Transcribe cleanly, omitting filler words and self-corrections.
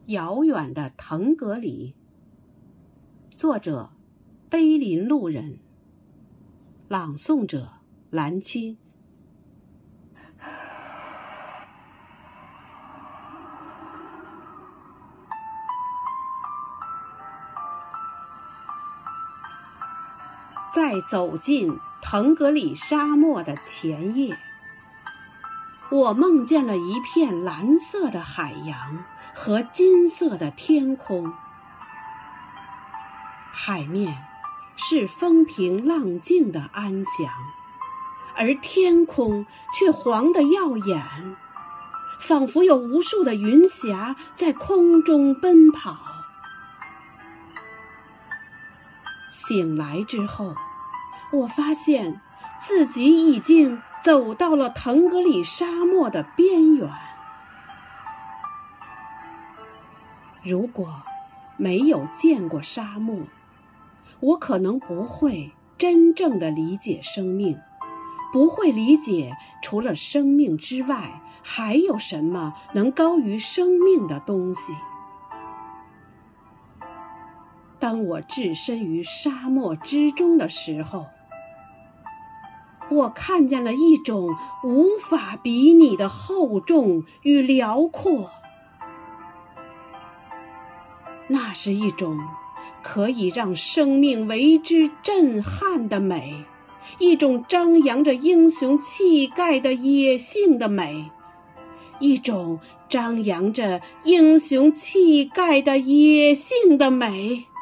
遥远的腾格里，作者碑林路人，朗诵者蓝青。在走进腾格里沙漠的前夜，我梦见了一片蓝色的海洋和金色的天空，海面是风平浪静的安详，而天空却黄得耀眼，仿佛有无数的云霞在空中奔跑。醒来之后，我发现自己已经走到了腾格里沙漠的边缘。如果没有见过沙漠，我可能不会真正的理解生命，不会理解除了生命之外，还有什么能高于生命的东西。当我置身于沙漠之中的时候，我看见了一种无法比拟的厚重与辽阔，那是一种可以让生命为之震撼的美，一种张扬着英雄气概的野性的美，一种张扬着英雄气概的野性的美。